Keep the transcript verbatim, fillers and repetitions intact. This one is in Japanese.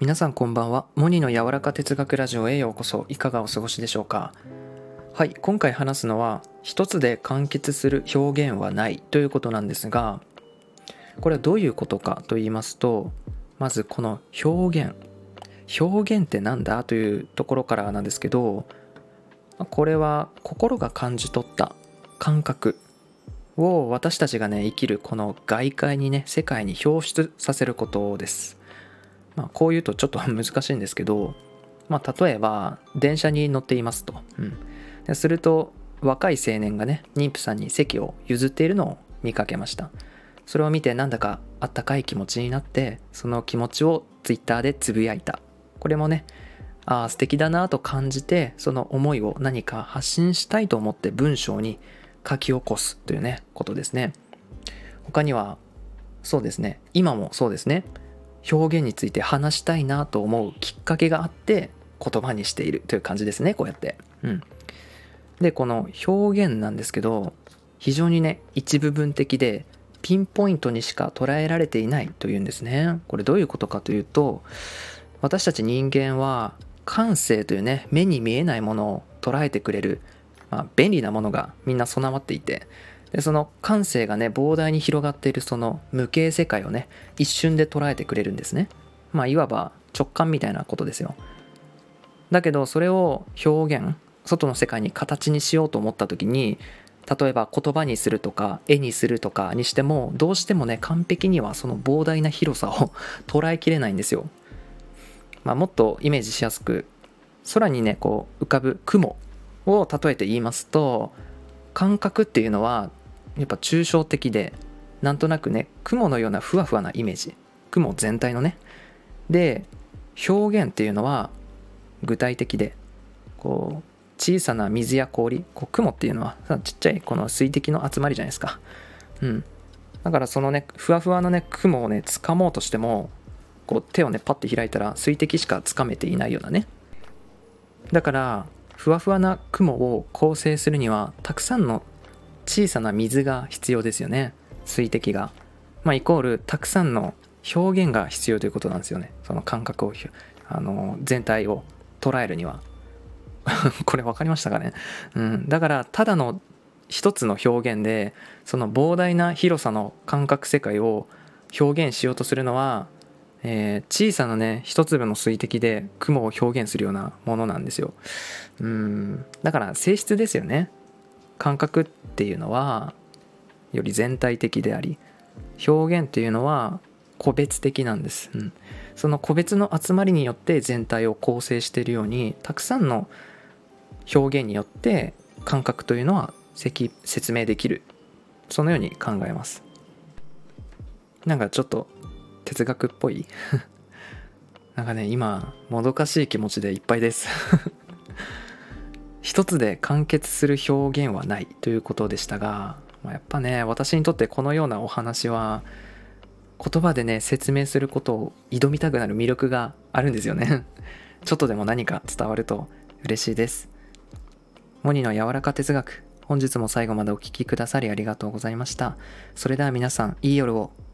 皆さんこんばんは。モニの柔らか哲学ラジオへようこそ。いかがお過ごしでしょうか。はい、今回話すのは一つで完結する表現はないということなんですが、これはどういうことかと言いますと、まずこの表現表現ってなんだというところからなんですけど、これは心が感じ取った感覚を私たちがね生きるこの外界にね世界に表出させることです。まあ、こう言うとちょっと難しいんですけど、まあ、例えば電車に乗っていますと、うん、ですると若い青年がね妊婦さんに席を譲っているのを見かけました。それを見てなんだかあったかい気持ちになって、その気持ちをツイッターでつぶやいた。これもねああ素敵だなと感じて、その思いを何か発信したいと思って文章に書き起こすというねことですね。他にはそうですね、今もそうですね、表現について話したいなと思うきっかけがあって言葉にしているという感じですね、こうやって。うん。で、この表現なんですけど、非常にね一部分的でピンポイントにしか捉えられていないというんですね。これどういうことかというと、私たち人間は感性というね目に見えないものを捉えてくれる、まあ、便利なものがみんな備わっていて、でその感性がね膨大に広がっているその無形世界をね一瞬で捉えてくれるんですね。まあいわば直感みたいなことですよ。だけどそれを表現、外の世界に形にしようと思った時に、例えば言葉にするとか絵にするとかにしても、どうしてもね完璧にはその膨大な広さを捉えきれないんですよ。まあ、もっとイメージしやすく、空にねこう浮かぶ雲を例えて言いますと、感覚っていうのはやっぱ抽象的で、なんとなくね雲のようなふわふわなイメージ、雲全体のね。で表現っていうのは具体的で、こう小さな水や氷、こう雲っていうのはちっちゃいこの水滴の集まりじゃないですか。うんだからそのねふわふわのね雲をね掴もうとしても、こう手をねパッて開いたら水滴しか掴めていないようなね。だからふわふわな雲を構成するにはたくさんの小さな水が必要ですよね。水滴が、まあ、イコールたくさんの表現が必要ということなんですよね。その感覚をあの全体を捉えるにはこれ分かりましたかね。うん、だからただの一つの表現でその膨大な広さの感覚世界を表現しようとするのは、えー、小さなね一粒の水滴で雲を表現するようなものなんですよ。うんだから性質ですよね。感覚っていうのはより全体的であり、表現っていうのは個別的なんです。うん、その個別の集まりによって全体を構成しているように、たくさんの表現によって感覚というのは説明できる、そのように考えます。なんかちょっと哲学っぽいなんかね今もどかしい気持ちでいっぱいです一つで完結する表現はないということでしたが、まあ、やっぱね私にとってこのようなお話は言葉でね説明することを挑みたくなる魅力があるんですよねちょっとでも何か伝わると嬉しいです。モニの柔らか哲学、本日も最後までお聞きくださりありがとうございました。それでは皆さん、いい夜を。